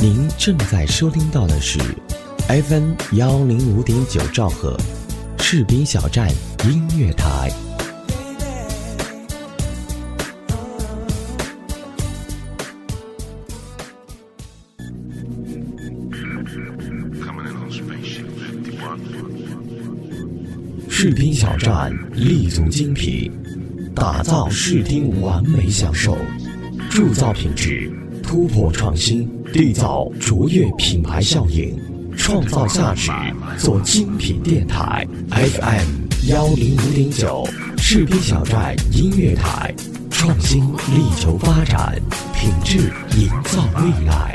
您正在收听到的是 FM 105.9兆赫士兵小站音乐台。士兵小站立足精品，打造视听完美享受，铸造品质，突破创新，缔造卓越品牌效应，创造价值，做精品电台。FM 105.9士兵小站音乐台，创新力求发展，品质营造未来。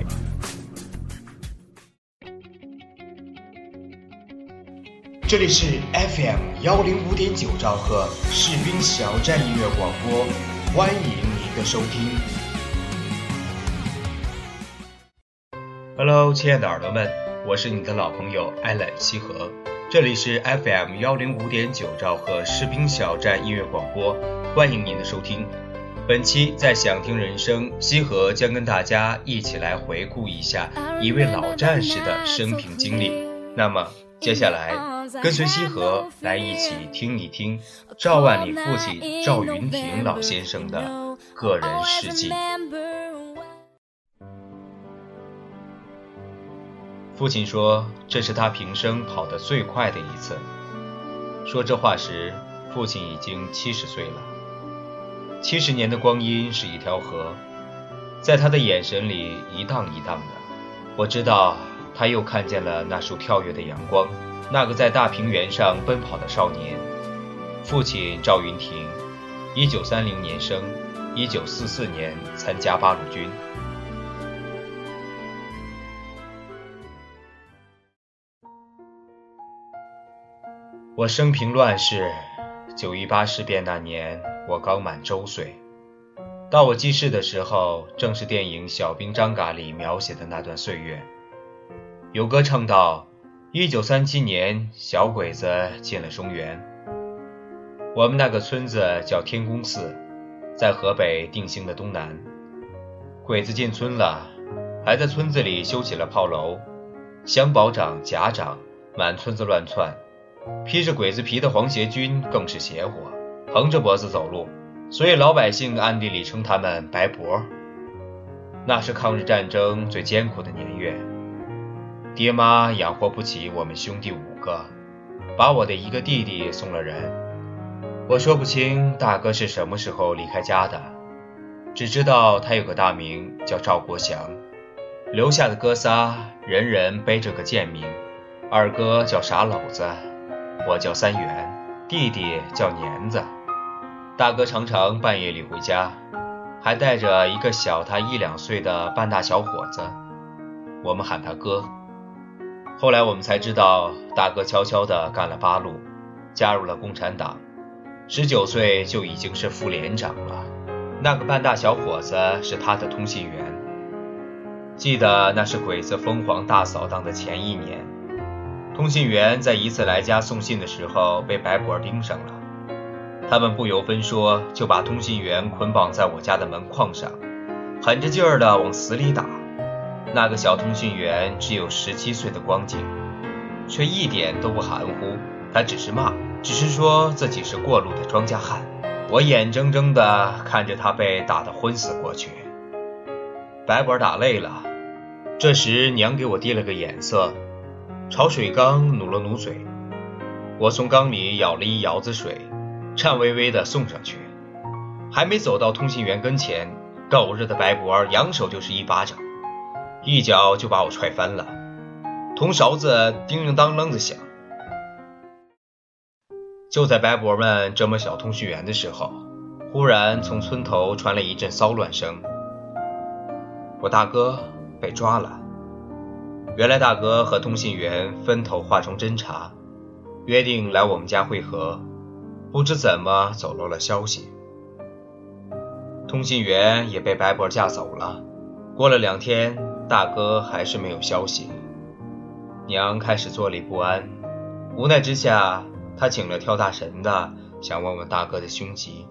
这里是 FM 105.9兆赫士兵小站音乐广播，欢迎您的收听。Hello， 亲爱的耳朵们，我是你的老朋友艾伦西河。这里是 FM 105.9兆赫士兵小站音乐广播，欢迎您的收听。本期在想听人生，西河将跟大家一起来回顾一下一位老战士的生平经历。那么接下来跟随西河来一起听一听赵万里父亲赵云霆老先生的个人事迹。父亲说这是他平生跑得最快的一次。说这话时，父亲已经70岁了。70年的光阴是一条河，在他的眼神里一荡一荡的。我知道他又看见了那束跳跃的阳光，那个在大平原上奔跑的少年。父亲赵云霆1930年生，1944年参加八路军。我生平乱世，9·18事变那年我刚满周岁。到我记事的时候，正是电影《小兵张嘎》里描写的那段岁月。有歌唱到1937年小鬼子进了中原。我们那个村子叫天宫寺，在河北定兴的东南。鬼子进村了，还在村子里修起了炮楼，乡保长、甲长满村子乱窜，披着鬼子皮的黄协军更是邪火，横着脖子走路，所以老百姓暗地里称他们白脖。那是抗日战争最艰苦的年月，爹妈养活不起我们兄弟5个，把我的一个弟弟送了人。我说不清大哥是什么时候离开家的，只知道他有个大名叫赵国祥，留下的哥仨人人背着个贱名，二哥叫傻篓子，我叫三元，弟弟叫年子。大哥常常半夜里回家，还带着一个小他1、2岁的半大小伙子，我们喊他哥。后来我们才知道，大哥悄悄地干了八路，加入了共产党，19岁就已经是副连长了。那个半大小伙子是他的通信员。记得那是鬼子疯狂大扫荡的前1年，通信员在一次来家送信的时候被白脖盯上了，他们不由分说就把通信员捆绑在我家的门框上，狠着劲儿地往死里打。那个小通讯员只有17岁的光景，却一点都不含糊，他只是骂，只是说自己是过路的庄稼汉。我眼睁睁地看着他被打得昏死过去。白脖打累了，这时娘给我递了个眼色，朝水缸努了努嘴。我从缸里舀了一舀子水，颤巍巍地送上去。还没走到通信员跟前，狗日的白脖扬手就是一巴掌，一脚就把我踹翻了，铜勺子叮铃当啷的响。就在白脖们折磨小通讯员的时候，忽然从村头传来一阵骚乱声。我大哥被抓了。原来大哥和通信员分头化妆侦查，约定来我们家会合，不知怎么走漏了消息。通信员也被白脖架走了。过了2天，大哥还是没有消息。娘开始坐立不安，无奈之下，她请了跳大神的，想问问大哥的凶吉。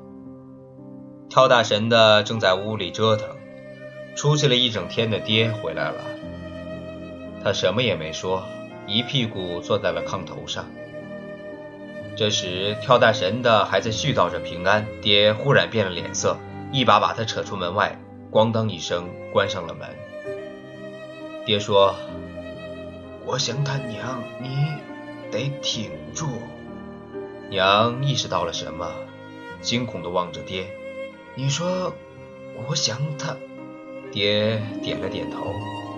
跳大神的正在屋里折腾，出去了一整天的爹回来了， 他什么也没说，一屁股坐在了炕头上。这时跳大神的还在絮叨着平安，爹忽然变了脸色，一把他扯出门外，咣当一声关上了门。爹说：我想他娘，你得挺住。娘意识到了什么，惊恐地望着爹。你说我想他？爹点了点头。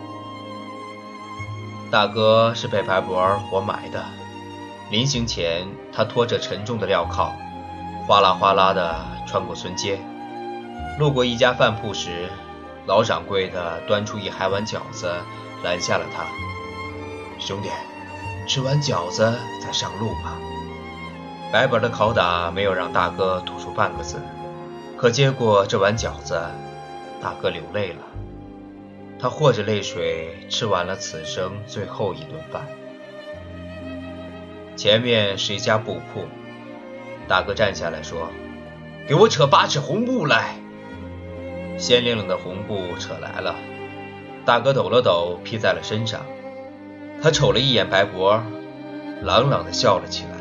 大哥是被白伯活埋的，临行前他拖着沉重的镣铐，哗啦哗啦地穿过村街。路过一家饭铺时，老掌柜的端出一海碗饺子拦下了他。兄弟，吃完饺子再上路吧。白伯的拷打没有让大哥吐出半个字，可接过这碗饺子，大哥流泪了。他和着泪水吃完了此生最后一顿饭。前面是一家布铺，大哥站下来说：给我扯8尺红布来。鲜亮亮的红布扯来了，大哥抖了抖披在了身上。他瞅了一眼白伯，朗朗地笑了起来。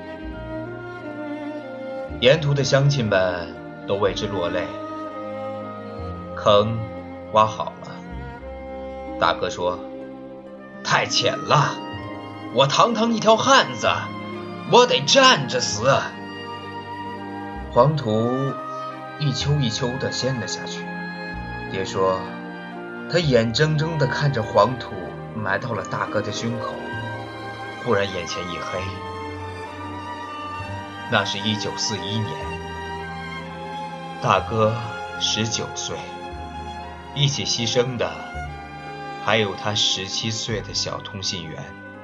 沿途的乡亲们都为之落泪。坑挖好了，大哥说：太浅了，我堂堂一条汉子，我得站着死。黄土一丘一丘地陷了下去。爹说，他眼睁睁地看着黄土埋到了大哥的胸口，忽然眼前一黑。那是1941年，大哥19岁，一起牺牲的还有他17岁的小通信员。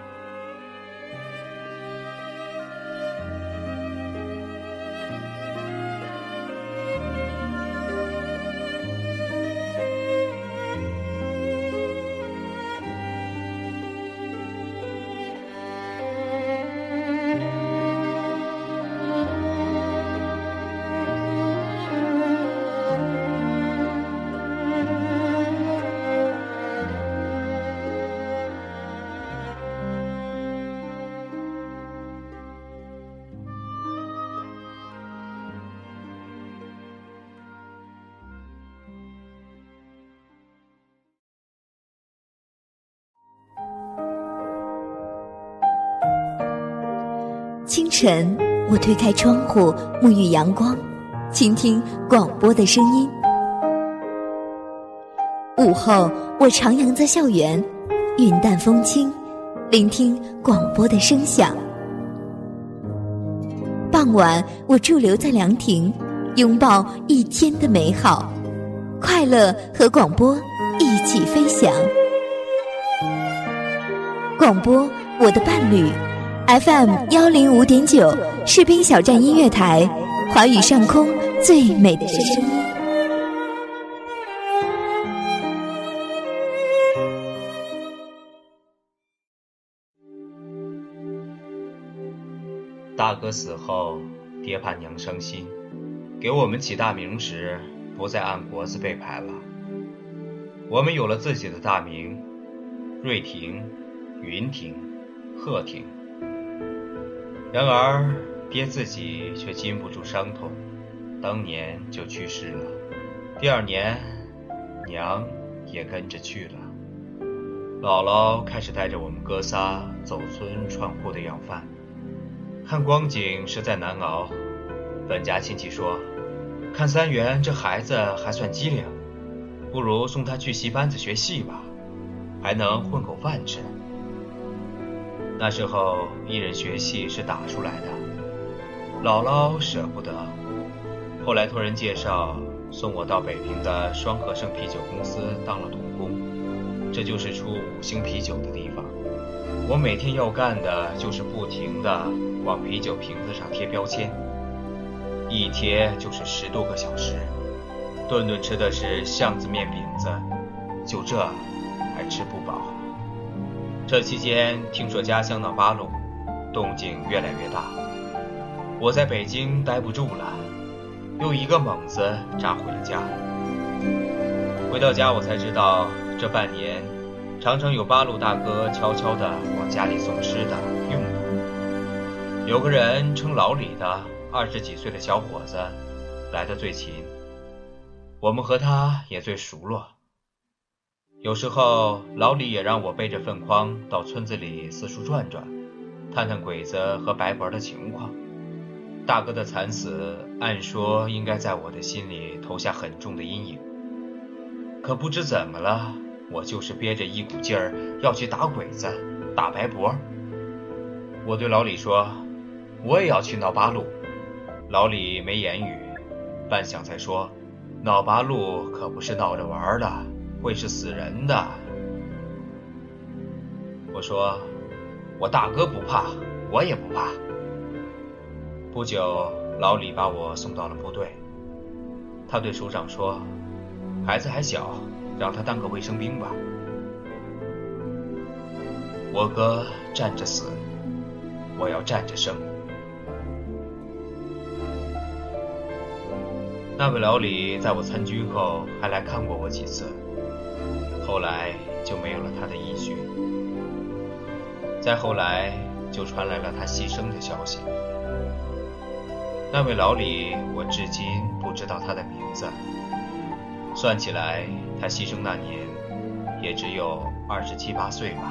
清晨，我推开窗户，沐浴阳光，倾听广播的声音。午后，我徜徉在校园，云淡风轻，聆听广播的声响。傍晚，我驻留在凉亭，拥抱一天的美好，快乐和广播一起飞翔。广播，我的伴侣。FM105.9士兵小站音乐台，华语上空最美的声音。 大哥死后，爹怕娘伤心，给我们起大名时不再按国字背牌了。我们有了自己的大名：瑞亭、云亭、鹤亭。然而爹自己却禁不住伤痛，当年就去世了。第2年，娘也跟着去了。姥姥开始带着我们哥仨走村串户的要饭，看光景实在难熬。本家亲戚说，看3元这孩子还算机灵，不如送他去戏班子学戏吧，还能混口饭吃。那时候一人学戏是打出来的，姥姥舍不得，后来托人介绍送我到北平的双和盛啤酒公司当了童工，这就是出5星啤酒的地方。我每天要干的就是不停地往啤酒瓶子上贴标签，一贴就是10多个小时，顿顿吃的是巷子面饼子，就这还吃不饱。这期间听说家乡闹八路，动静越来越大，我在北京待不住了，又一个猛子扎回了家。回到家我才知道，这半年常常有八路大哥悄悄地往家里送吃的用的。有个人称老李的20几岁的小伙子来得最勤，我们和他也最熟络。有时候老李也让我背着粪筐到村子里四处转转，探探鬼子和白脖的情况。大哥的惨死按说应该在我的心里投下很重的阴影，可不知怎么了，我就是憋着一股劲儿要去打鬼子打白脖。我对老李说，我也要去闹八路。老李没言语，半晌才说，闹八路可不是闹着玩的，会是死人的。我说，我大哥不怕，我也不怕。不久，老李把我送到了部队。他对首长说，孩子还小，让他当个卫生兵吧。我哥站着死，我要站着生。那位老李在我参军后还来看过我几次，后来就没有了他的音讯。再后来就传来了他牺牲的消息。那位老李我至今不知道他的名字，算起来他牺牲那年也只有27、28岁吧。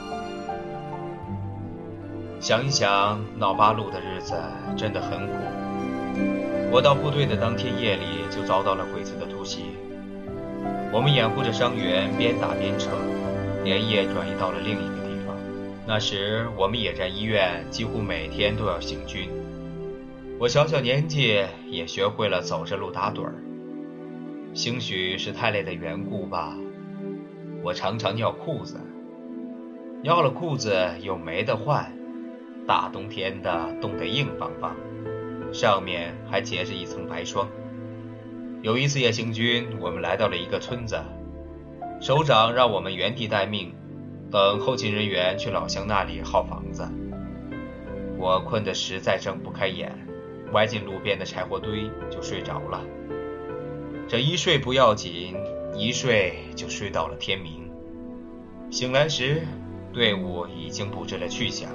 想一想，闹八路的日子真的很苦。我到部队的当天夜里就遭到了鬼子的突袭，我们掩护着伤员边打边撤，连夜转移到了另一个地方。那时我们野战医院几乎每天都要行军，我小小年纪也学会了走着路打盹儿。兴许是太累的缘故吧，我常常尿裤子，尿了裤子又没得换，大冬天的冻得硬邦邦，上面还结着一层白霜。有一次夜行军，我们来到了一个村子，首长让我们原地待命，等后勤人员去老乡那里耗房子。我困得实在睁不开眼，歪进路边的柴火堆就睡着了。这一睡不要紧，一睡就睡到了天明。醒来时，队伍已经布置了去向。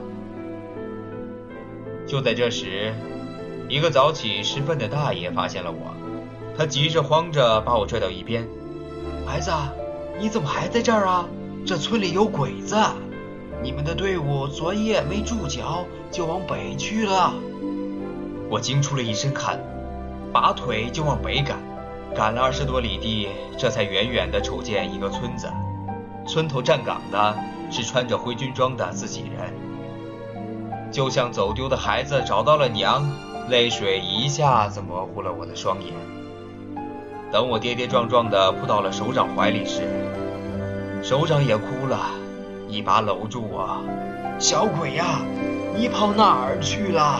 就在这时，一个早起时分的大爷发现了我，他急着慌着把我拽到一边。孩子，你怎么还在这儿啊？这村里有鬼子，你们的队伍昨夜没住脚就往北去了。我惊出了一身汗，拔腿就往北赶，赶了20多里地，这才远远地瞅见一个村子，村头站岗的是穿着灰军装的自己人。就像走丢的孩子找到了娘，泪水一下子模糊了我的双眼。等我跌跌撞撞地扑到了首长怀里时，首长也哭了，一把搂住我，小鬼呀，你跑哪儿去了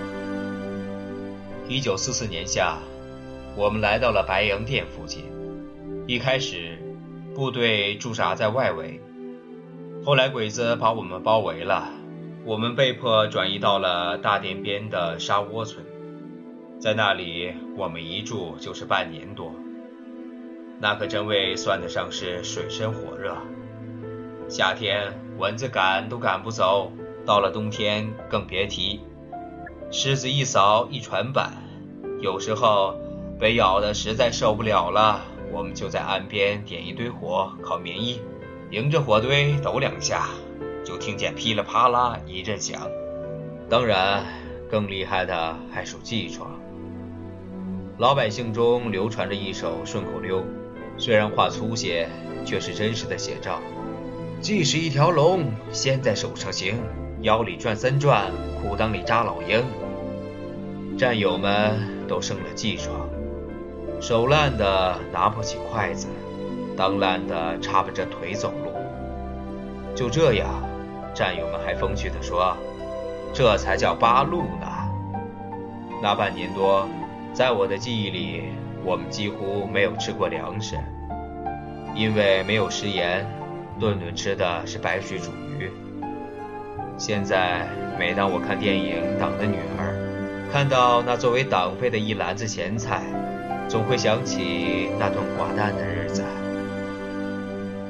？1944年夏，我们来到了白洋淀附近。一开始部队驻扎在外围，后来鬼子把我们包围了，我们被迫转移到了大甸边的沙窝村。在那里我们一住就是半年多，那可真未算得上是水深火热。夏天蚊子赶都赶不走，到了冬天更别提，虱子一扫一传百，有时候被咬得实在受不了了，我们就在岸边点一堆火烤棉衣，迎着火堆抖2下，就听见噼里啪啦一阵响。当然更厉害的还属痔疮。老百姓中流传着一首顺口溜，虽然话粗些，却是真实的写照。痔是一条龙，先在手上行，腰里转3转，裤裆里扎老鹰。战友们都生了痔疮，手烂的拿不起筷子，裆烂的插不着腿走路。就这样，战友们还风趣地说，这才叫八路呢。那半年多，在我的记忆里，我们几乎没有吃过粮食，因为没有食盐，顿顿吃的是白水煮鱼。现在每当我看电影《党的女儿》，看到那作为党费的一篮子咸菜，总会想起那段寡淡的日子。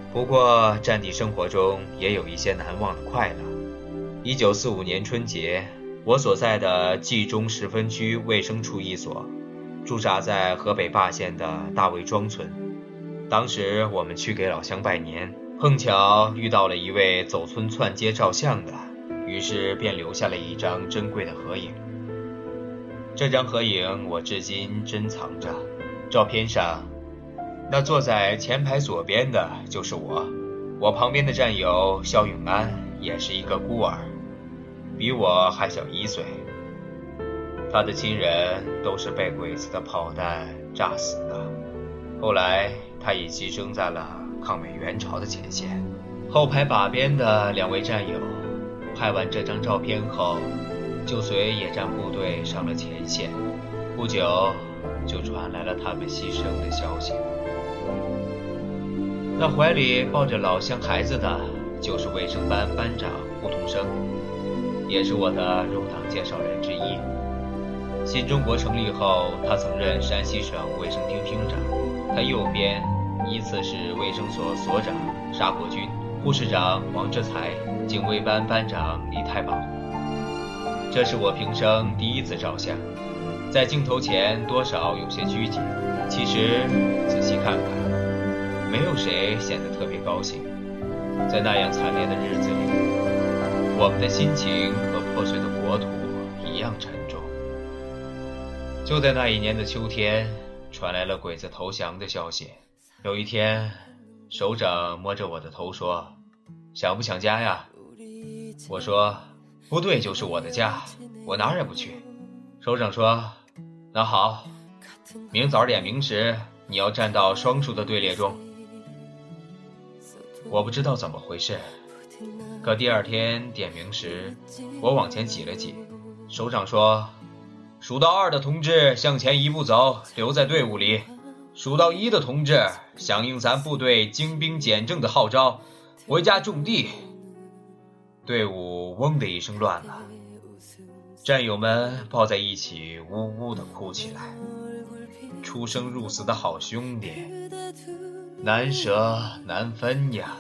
不过战地生活中也有一些难忘的快乐。1945年春节，我所在的冀中10分区卫生处一所驻扎在河北霸县的大魏庄村。当时我们去给老乡拜年，碰巧遇到了一位走村窜街照相的，于是便留下了一张珍贵的合影。这张合影我至今珍藏着，照片上那坐在前排左边的就是我旁边的战友肖永安也是一个孤儿，比我还小1岁。他的亲人都是被鬼子的炮弹炸死的，后来他已牺牲在了抗美援朝的前线。后排把边的2位战友拍完这张照片后，就随野战部队上了前线，不久就传来了他们牺牲的消息。那怀里抱着老乡孩子的就是卫生班班长胡同生，也是我的入党介绍人之一。新中国成立后，他曾任山西省卫生厅厅长。他右边依次是卫生所所长沙国军、护士长王之才、警卫班班长李太保。这是我平生第一次照相，在镜头前多少有些拘谨，其实仔细看看，没有谁显得特别高兴。在那样惨烈的日子里，我们的心情和破碎的国土一样沉重。就在那一年的秋天，传来了鬼子投降的消息。有一天，首长摸着我的头说：“想不想家呀？”我说：“部队就是我的家，我哪儿也不去。”首长说：“那好，明早点名时，你要站到双数的队列中。”我不知道怎么回事，可第二天点名时，我往前挤了挤。首长说：“数到2的同志向前1步走，留在队伍里；数到1的同志响应咱部队精兵简政的号召，回家种地。”队伍嗡的一声乱了，战友们抱在一起呜呜地哭起来。出生入死的好兄弟，难舍难分呀。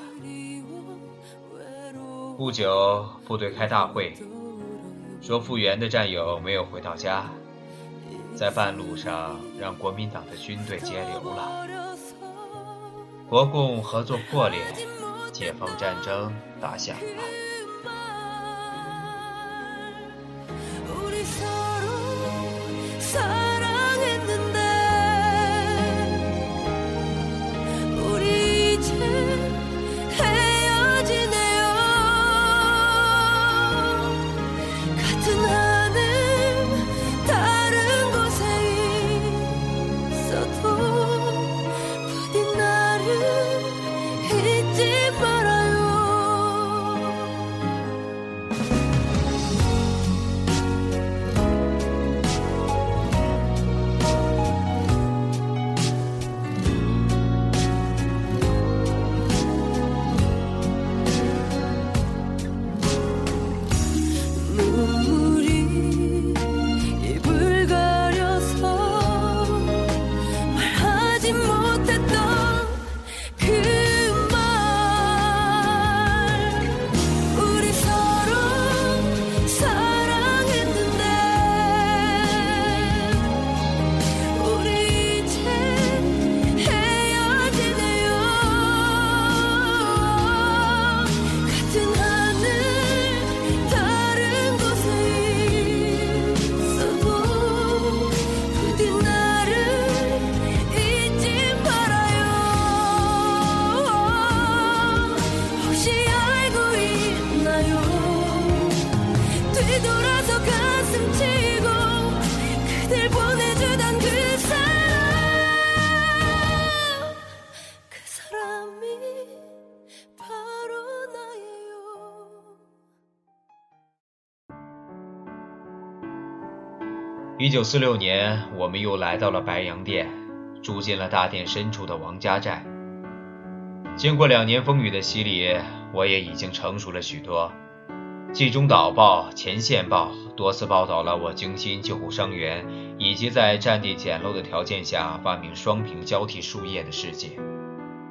不久部队开大会，说复员的战友没有回到家，在半路上让国民党的军队截留了。国共合作破裂，解放战争打响了。1946年，我们又来到了白洋淀，住进了大殿深处的王家寨。经过2年风雨的洗礼，我也已经成熟了许多。冀中岛报、前线报多次报道了我精心救护伤员，以及在战地简陋的条件下发明双屏交替输液的事迹。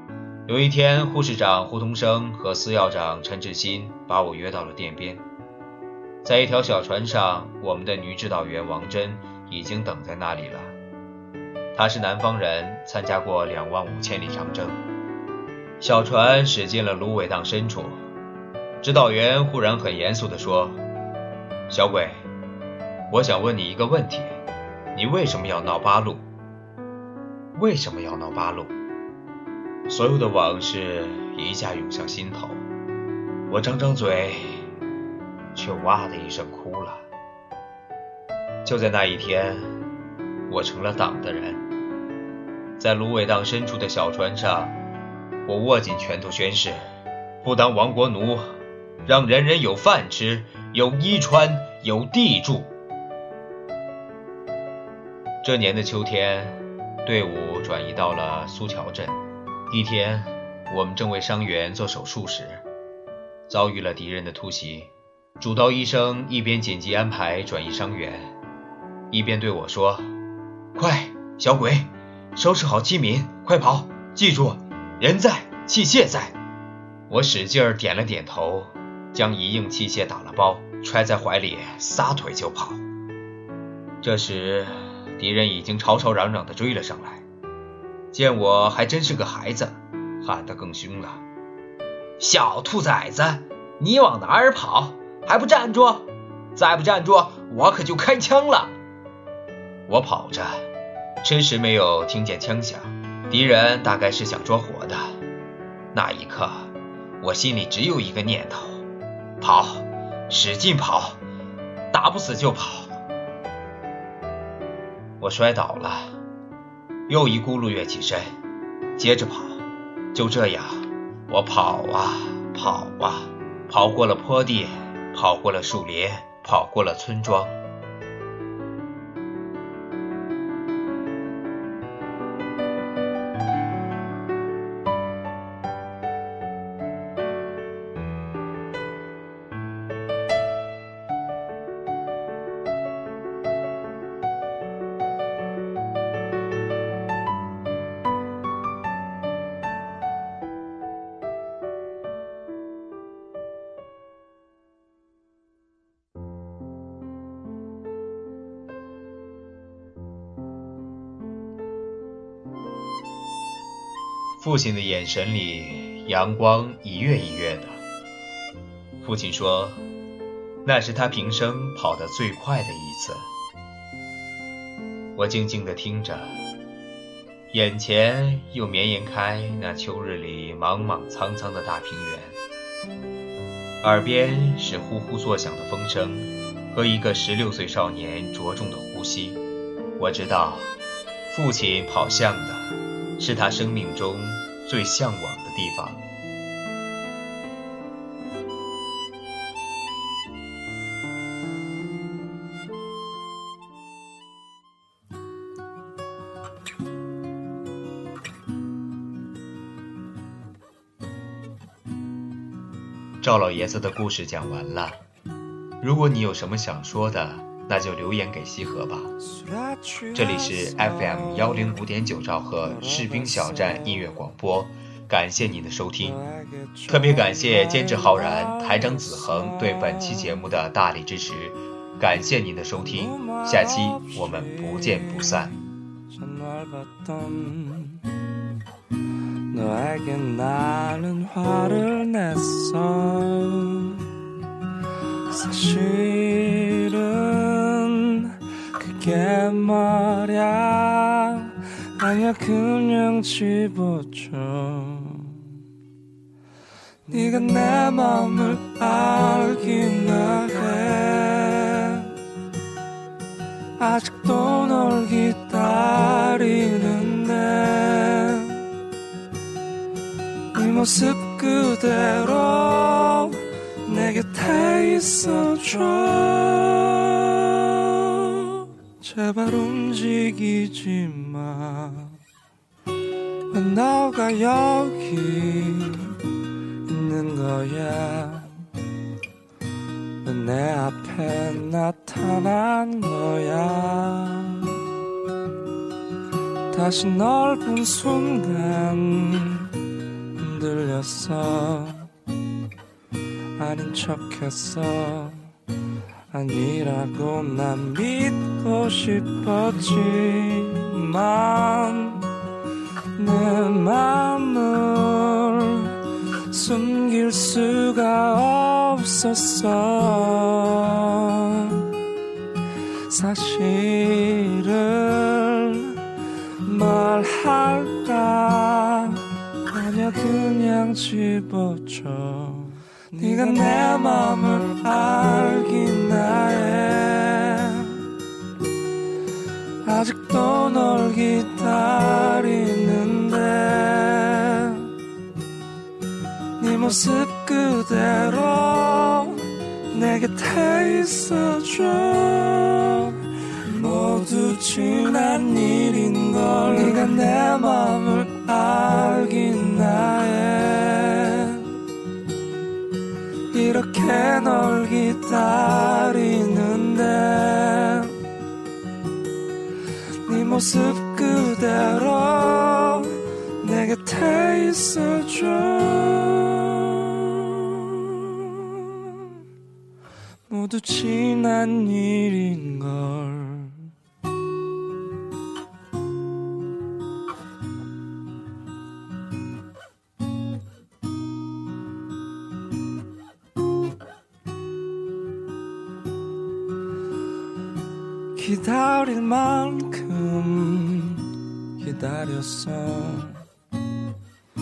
有一天，护士长胡同生和司药长陈志新把我约到了店边。在一条小船上，我们的女指导员王珍已经等在那里了。她是南方人，参加过25000里长征。小船驶进了芦苇荡深处，指导员忽然很严肃地说：小鬼，我想问你一个问题，你为什么要闹八路？为什么要闹八路？所有的往事一下涌向心头，我张张嘴，却哇的一声哭了。就在那一天，我成了党的人。在芦苇荡深处的小船上，我握紧拳头宣誓，不当亡国奴，让人人有饭吃，有衣穿，有地住。这年的秋天，队伍转移到了苏桥镇。一天，我们正为伤员做手术时，遭遇了敌人的突袭。主刀医生一边紧急安排转移伤员，一边对我说：快，小鬼，收拾好器皿，快跑，记住，人在，器械在。我使劲儿点了点头，将一应器械打了包，揣在怀里，撒腿就跑。这时敌人已经吵吵嚷嚷地追了上来，见我还真是个孩子，喊得更凶了：小兔崽子，你往哪儿跑？还不站住？再不站住，我可就开枪了。我跑着，迟迟没有听见枪响，敌人大概是想捉活的。那一刻，我心里只有一个念头：跑，使劲跑，打不死就跑。我摔倒了，又一咕噜跃起身，接着跑。就这样，我跑啊跑啊，跑过了坡地，跑过了树林，跑过了村庄。父亲的眼神里，阳光一跃一跃的。父亲说，那是他平生跑得最快的一次。我静静地听着，眼前又绵延开那秋日里莽莽苍苍的大平原，耳边是呼呼作响的风声和一个16岁少年着重的呼吸。我知道，父亲跑向的是他生命中最向往的地方。赵老爷子的故事讲完了，如果你有什么想说的，那就留言给西河吧。这里是 FM 105.9兆赫士兵小站音乐广播，感谢您的收听，特别感谢监制浩然、台长子恒对本期节目的大力支持，感谢您的收听，下期我们不见不散。 너에게 나는 화를 냈어 사실은 그게 말야 아니야 그냥 집어줘 네가 내 맘을 알기나 해 아직도 널 기다리는데 네 모습 그대로 내 곁에 있어줘 제발 움직이지 마 왜 너가 여기 있는 거야 왜 내 앞에 나타난 거야 다시 널 본 순간 척했어 아닌 척했어 아니라고 난 믿고 싶었지만 내 맘을 숨길 수가 없었어 사실을 말할까 아니야 그냥 집어줘 네가 내 맘을 알긴 해 아직도 널 기다리는데 네 모습 그대로 내 곁에 있어줘 모두 지난 일인걸 네가 내 맘을 알긴 해 이렇게 널 기다리는데 네 모습 그대로 내 곁에 있어줘 모두 지난 일인걸 기다릴 만큼 기다렸어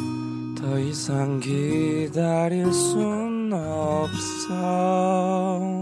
더 이상 기다릴 순 없어